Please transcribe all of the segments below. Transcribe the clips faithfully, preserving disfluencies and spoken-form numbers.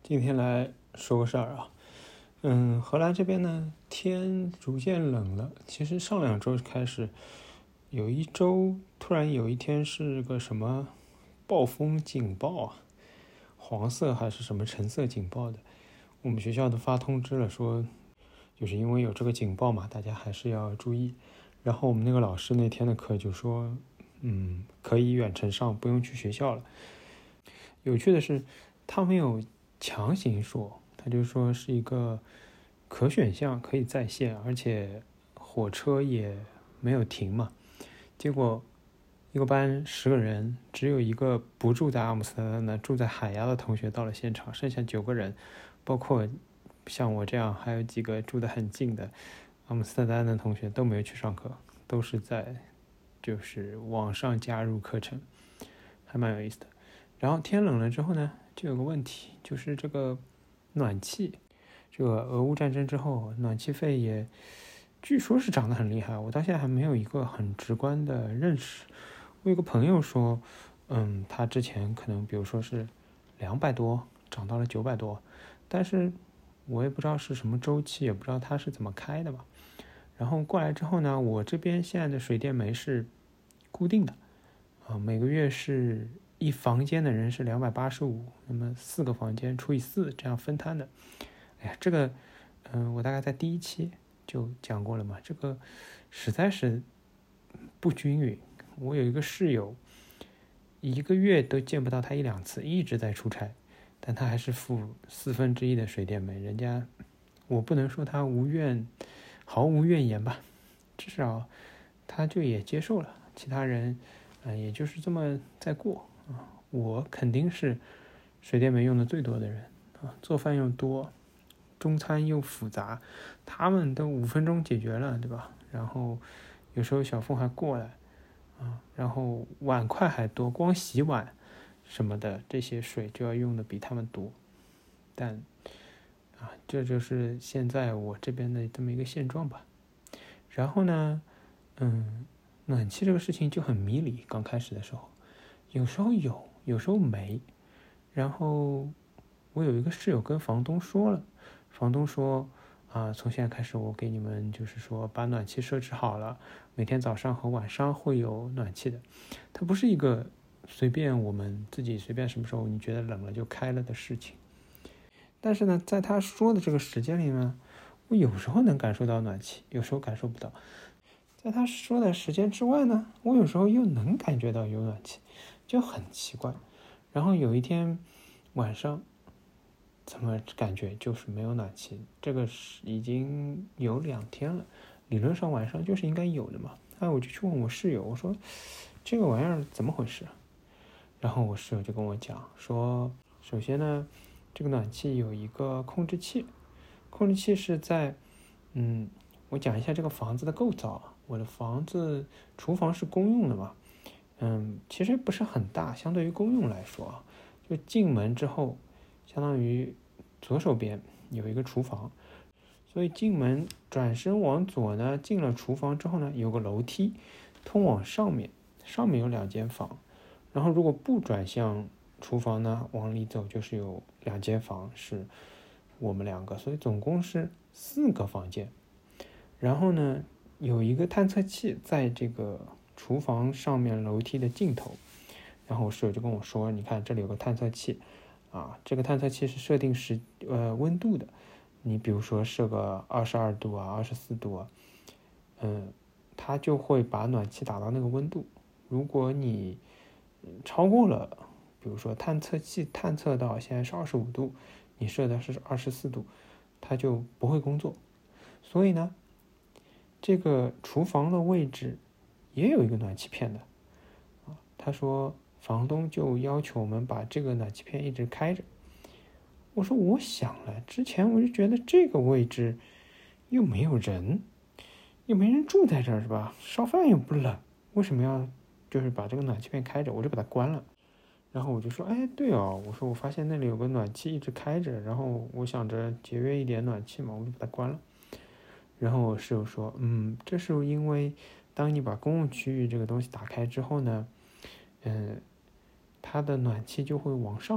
今天来说个事儿啊，嗯，荷兰这边呢，天逐渐冷了。其实上两周开始，有一周突然有一天是个什么暴风警报啊，黄色还是什么橙色警报的，我们学校都发通知了，说就是因为有这个警报嘛，大家还是要注意。然后我们那个老师那天的课就说，嗯，可以远程上，不用去学校了。有趣的是，他没有强行说，他就说是一个可选项，可以在线，而且火车也没有停嘛。结果一个班十个人，只有一个不住在阿姆斯特丹的，住在海牙的同学到了现场，剩下九个人，包括像我这样还有几个住得很近的阿姆斯特丹的同学都没有去上课，都是在就是网上加入课程，还蛮有意思的。然后天冷了之后呢，就有个问题，就是这个暖气，这个俄乌战争之后，暖气费也据说是涨得很厉害，我到现在还没有一个很直观的认识。我有个朋友说，嗯，他之前可能比如说是两百多，涨到了九百多，但是我也不知道是什么周期，也不知道他是怎么开的嘛。然后过来之后呢，我这边现在的水电煤是固定的，啊、呃，每个月是一房间的人是两百八十五，那么四个房间除以四，这样分摊的。哎呀，这个，嗯、呃，我大概在第一期就讲过了嘛，这个实在是不均匀。我有一个室友，一个月都见不到他一两次，一直在出差，但他还是付四分之一的水电煤，人家我不能说他无怨，毫无怨言吧，至少他就也接受了，其他人，嗯、呃，也就是这么在过啊。我肯定是水电煤用的最多的人啊，做饭又多，中餐又复杂，他们都五分钟解决了，对吧？然后有时候小凤还过来啊，然后碗筷还多，光洗碗什么的这些水就要用的比他们多，但啊，这就是现在我这边的这么一个现状吧。然后呢，嗯，暖气这个事情就很迷离，刚开始的时候，有时候有，有时候没。然后我有一个室友跟房东说了，房东说啊，从现在开始我给你们就是说把暖气设置好了，每天早上和晚上会有暖气的。它不是一个随便我们自己随便什么时候你觉得冷了就开了的事情。但是呢，在他说的这个时间里呢，我有时候能感受到暖气，有时候感受不到。在他说的时间之外呢，我有时候又能感觉到有暖气，就很奇怪。然后有一天晚上，怎么感觉就是没有暖气？这个是已经有两天了，理论上晚上就是应该有的嘛。哎，我就去问我室友，我说这个玩意儿怎么回事？然后我室友就跟我讲说，首先呢，这个暖气有一个控制器，控制器是在，嗯，我讲一下这个房子的构造啊。我的房子厨房是公用的嘛，嗯，其实不是很大，相对于公用来说啊，就进门之后，相当于左手边有一个厨房，所以进门转身往左呢，进了厨房之后呢，有个楼梯通往上面，上面有两间房，然后如果不转向厨房呢，往里走就是有两间房是我们两个，所以总共是四个房间。然后呢，有一个探测器在这个厨房上面楼梯的尽头，然后我室友就跟我说，你看这里有个探测器啊，这个探测器是设定时呃温度的，你比如说设个二十二度啊，二十四度啊，嗯，它就会把暖气打到那个温度。如果你超过了，比如说探测器探测到现在是二十五度，你设的是二十四度，它就不会工作。所以呢，这个厨房的位置也有一个暖气片的啊。他说房东就要求我们把这个暖气片一直开着。我说我想了，之前我就觉得这个位置又没有人，又没人住在这儿是吧？烧饭又不冷，为什么要就是把这个暖气片开着？我就把它关了。然后我就说，哎，对哦，我说我发现那里有个暖气一直开着，然后我想着节约一点暖气嘛，我就把它关了。然后我室友说，嗯，这是因为当你把公共区域这个东西打开之后呢，嗯，它的暖气就会往上跑，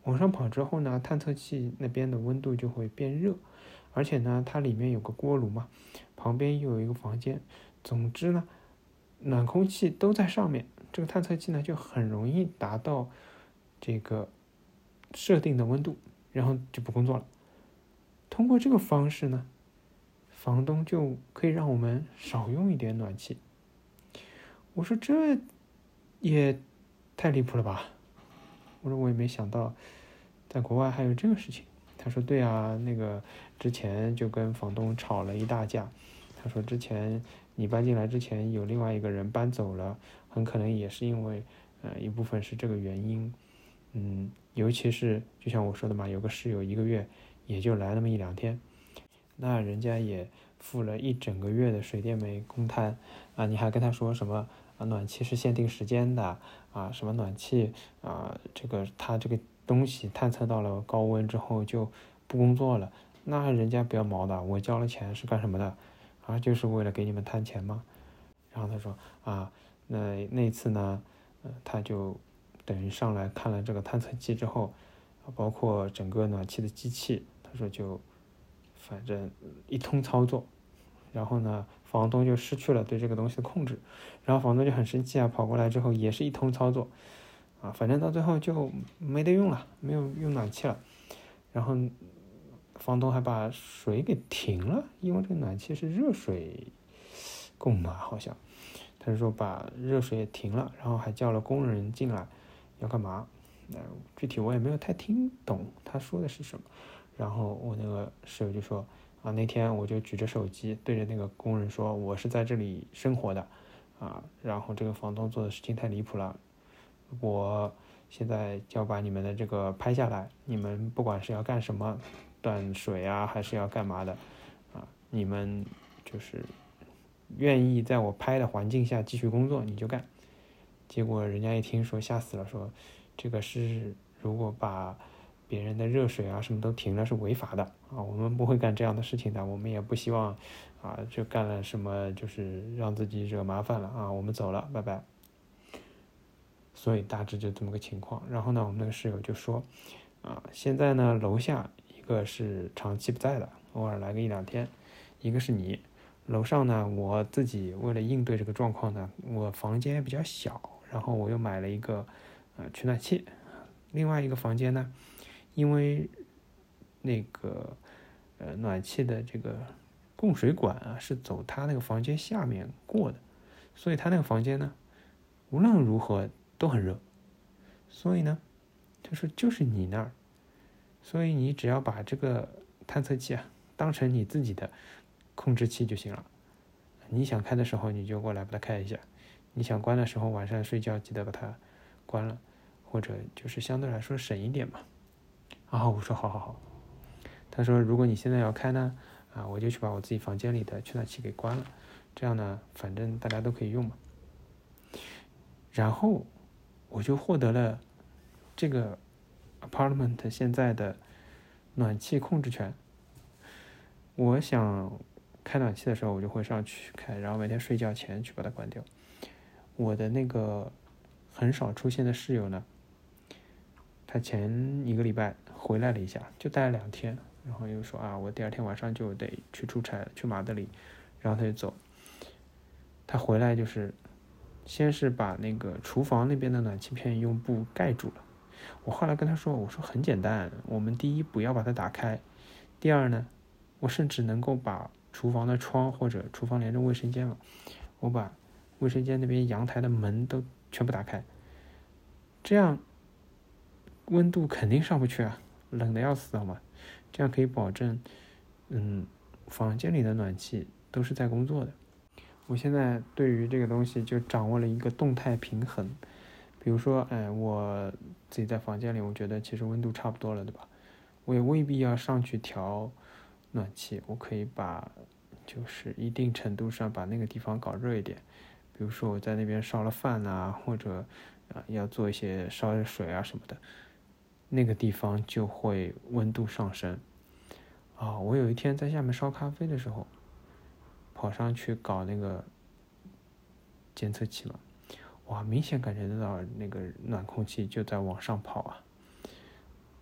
往上跑之后呢，探测器那边的温度就会变热，而且呢，它里面有个锅炉嘛，旁边又有一个房间，总之呢，暖空气都在上面，这个探测器呢就很容易达到这个设定的温度，然后就不工作了。通过这个方式呢，房东就可以让我们少用一点暖气。我说这也太离谱了吧！我说我也没想到，在国外还有这个事情。他说对啊，那个之前就跟房东吵了一大架。他说之前你搬进来之前有另外一个人搬走了，很可能也是因为呃一部分是这个原因。嗯，尤其是就像我说的嘛，有个室友一个月也就来那么一两天，那人家也付了一整个月的水电煤公摊啊，你还跟他说什么啊？暖气是限定时间的啊，什么暖气啊，这个他这个东西探测到了高温之后就不工作了，那人家不要毛的，我交了钱是干什么的啊？就是为了给你们摊钱吗？然后他说啊，那那次呢，呃，他就等于上来看了这个探测器之后，包括整个暖气的机器，他说就反正一通操作，然后呢，房东就失去了对这个东西的控制，然后房东就很生气啊，跑过来之后也是一通操作，啊，反正到最后就没得用了，没有用暖气了，然后房东还把水给停了，因为这个暖气是热水供嘛，好像，他就说把热水也停了，然后还叫了工人进来，要干嘛？那具体我也没有太听懂他说的是什么。然后我那个室友就说啊，那天我就举着手机对着那个工人说，我是在这里生活的，啊，然后这个房东做的事情太离谱了，我现在就要把你们的这个拍下来，你们不管是要干什么，断水啊，还是要干嘛的，啊，你们就是愿意在我拍的环境下继续工作，你就干。结果人家一听说吓死了，说这个是如果把别人的热水啊什么都停了是违法的啊，我们不会干这样的事情的，我们也不希望啊就干了什么就是让自己惹麻烦了啊，我们走了，拜拜。所以大致就这么个情况。然后呢，我们那个室友就说啊，现在呢楼下一个是长期不在的，偶尔来个一两天，一个是你。楼上呢，我自己为了应对这个状况呢，我房间比较小，然后我又买了一个呃取暖器。另外一个房间呢，因为那个呃暖气的这个供水管啊是走他那个房间下面过的，所以他那个房间呢无论如何都很热。所以呢，他说就是你那儿，所以你只要把这个探测器啊当成你自己的控制器就行了。你想开的时候你就过来把它开一下，你想关的时候晚上睡觉记得把它关了，或者就是相对来说省一点嘛。啊，我说好好好。他说如果你现在要开呢，啊，我就去把我自己房间里的取暖器给关了，这样呢，反正大家都可以用嘛。然后我就获得了这个 apartment 现在的暖气控制权。我想开暖气的时候，我就会上去开，然后每天睡觉前去把它关掉。我的那个很少出现的室友呢，他前一个礼拜回来了一下，就待了两天，然后又说啊，我第二天晚上就得去出差，去马德里，然后他就走。他回来就是先是把那个厨房那边的暖气片用布盖住了。我后来跟他说，我说很简单，我们第一不要把它打开，第二呢，我甚至能够把厨房的窗或者厨房连着卫生间嘛，我把卫生间那边阳台的门都全部打开，这样温度肯定上不去啊，冷的要死好吗？这样可以保证，嗯，房间里的暖气都是在工作的。我现在对于这个东西就掌握了一个动态平衡。比如说，哎，我自己在房间里，我觉得其实温度差不多了，对吧？我也未必要上去调暖气，我可以把就是一定程度上把那个地方搞热一点。比如说我在那边烧了饭啊，或者啊要做一些烧水啊什么的，那个地方就会温度上升。啊，我有一天在下面烧咖啡的时候，跑上去搞那个监测器嘛。哇，明显感觉得到那个暖空气就在往上跑啊！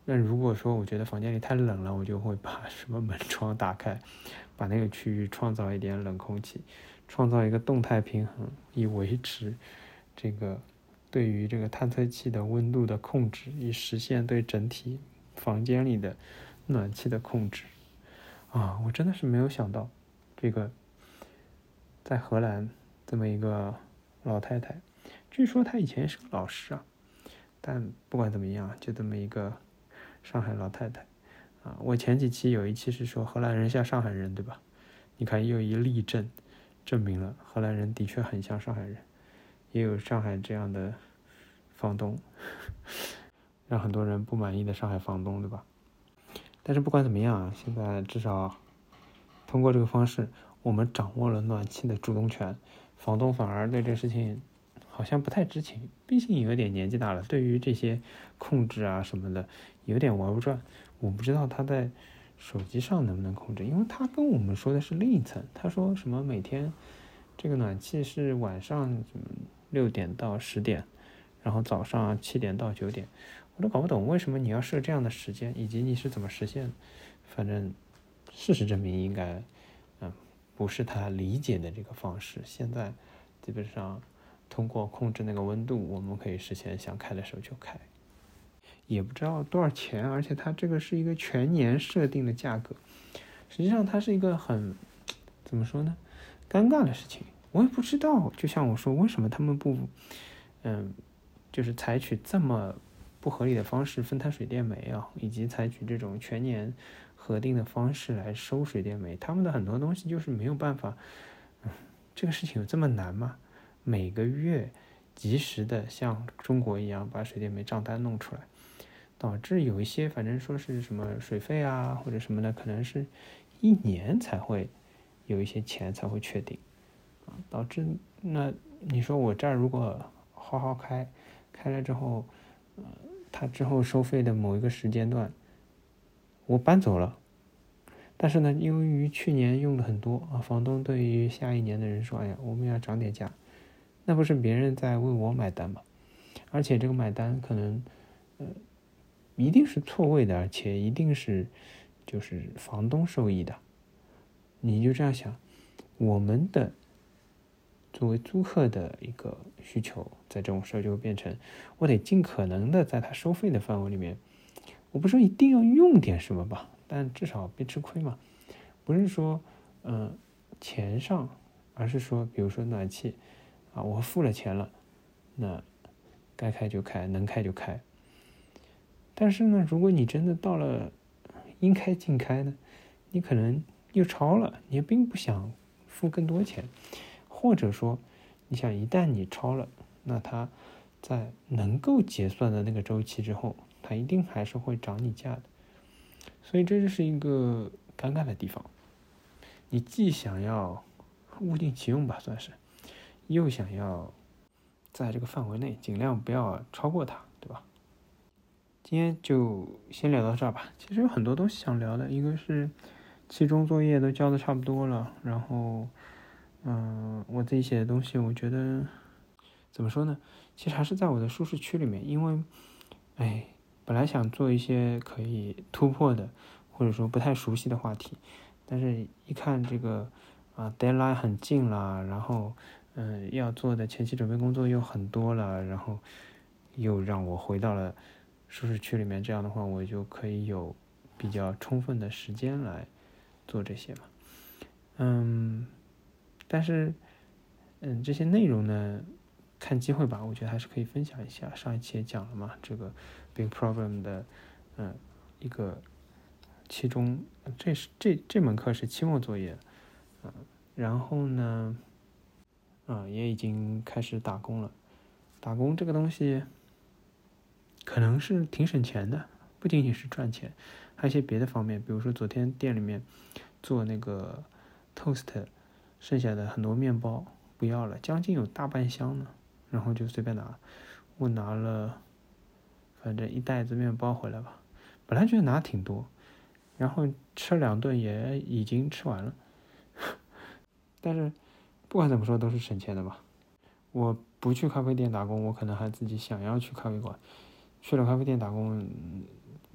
那如果说我觉得房间里太冷了，我就会把什么门窗打开，把那个区域创造一点冷空气，创造一个动态平衡，以维持这个对于这个探测器的温度的控制，以实现对整体房间里的暖气的控制。啊，我真的是没有想到，这个在荷兰这么一个老太太，据说她以前是个老师啊，但不管怎么样，就这么一个上海老太太啊。我前几期有一期是说荷兰人像上海人，对吧？你看又一例证证明了荷兰人的确很像上海人，也有上海这样的房东，让很多人不满意的上海房东，对吧？但是不管怎么样啊，现在至少通过这个方式，我们掌握了暖气的主动权，房东反而对这事情好像不太知情，毕竟有点年纪大了，对于这些控制啊什么的有点玩不转。我不知道他在手机上能不能控制，因为他跟我们说的是另一层，他说什么每天这个暖气是晚上六点到十点，然后早上七点到九点，我都搞不懂为什么你要设这样的时间，以及你是怎么实现的。反正事实证明应该嗯不是他理解的这个方式。现在基本上通过控制那个温度，我们可以实现想开的时候就开，也不知道多少钱，而且它这个是一个全年设定的价格，实际上它是一个很怎么说呢尴尬的事情。我也不知道，就像我说，为什么他们不嗯就是采取这么不合理的方式分摊水电煤啊，以及采取这种全年核定的方式来收水电煤，他们的很多东西就是没有办法。嗯，这个事情有这么难吗？每个月及时的像中国一样把水电煤账单弄出来，导致有一些反正说是什么水费啊或者什么的，可能是一年才会有一些钱才会确定啊，导致那你说我这儿如果好好开开了之后，呃，他之后收费的某一个时间段，我搬走了，但是呢，由于去年用的很多啊，房东对于下一年的人说，哎呀，我们要涨点价，那不是别人在为我买单吗？而且这个买单可能，呃，一定是错位的，而且一定是就是房东受益的。你就这样想，我们的作为租客的一个需求，在这种时候就会变成，我得尽可能的在他收费的范围里面，我不说一定要用点什么吧，但至少别吃亏嘛。不是说，嗯、呃，钱上，而是说，比如说暖气，啊，我付了钱了，那该开就开，能开就开。但是呢，如果你真的到了应开尽开呢，你可能又超了，你并不想付更多钱。或者说你想一旦你超了，那它在能够结算的那个周期之后，它一定还是会涨你价的。所以这就是一个尴尬的地方，你既想要物尽其用吧，算是，又想要在这个范围内尽量不要超过它，对吧？今天就先聊到这儿吧。其实有很多东西想聊的，一个是期中作业都交的差不多了，然后嗯，我自己写的东西，我觉得怎么说呢？其实还是在我的舒适区里面，因为，哎，本来想做一些可以突破的，或者说不太熟悉的话题，但是一看这个啊 deadline 很近了，然后嗯要做的前期准备工作又很多了，然后又让我回到了舒适区里面，这样的话我就可以有比较充分的时间来做这些嘛，嗯。但是，嗯，这些内容呢，看机会吧，我觉得还是可以分享一下。上一期也讲了嘛，这个 Big Problem 的，嗯，一个期中，这是这这门课是期末作业，嗯，然后呢，啊，也已经开始打工了。打工这个东西，可能是挺省钱的，不仅仅是赚钱，还有一些别的方面，比如说昨天店里面做那个 toast。剩下的很多面包不要了，将近有大半箱呢，然后就随便拿，我拿了，反正一袋子面包回来吧。本来觉得拿挺多，然后吃两顿也已经吃完了。但是不管怎么说都是省钱的吧。我不去咖啡店打工，我可能还自己想要去咖啡馆，去了咖啡店打工，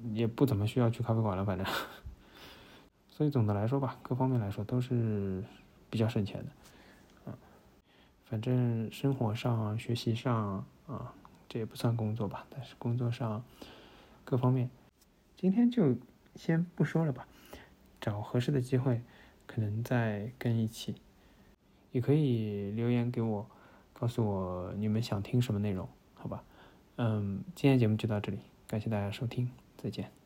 也不怎么需要去咖啡馆了，反正。所以总的来说吧，各方面来说都是比较省钱的。啊，反正生活上、学习上啊，这也不算工作吧，但是工作上各方面，今天就先不说了吧，找合适的机会可能再跟一期，也可以留言给我，告诉我你们想听什么内容，好吧？嗯，今天节目就到这里，感谢大家收听，再见。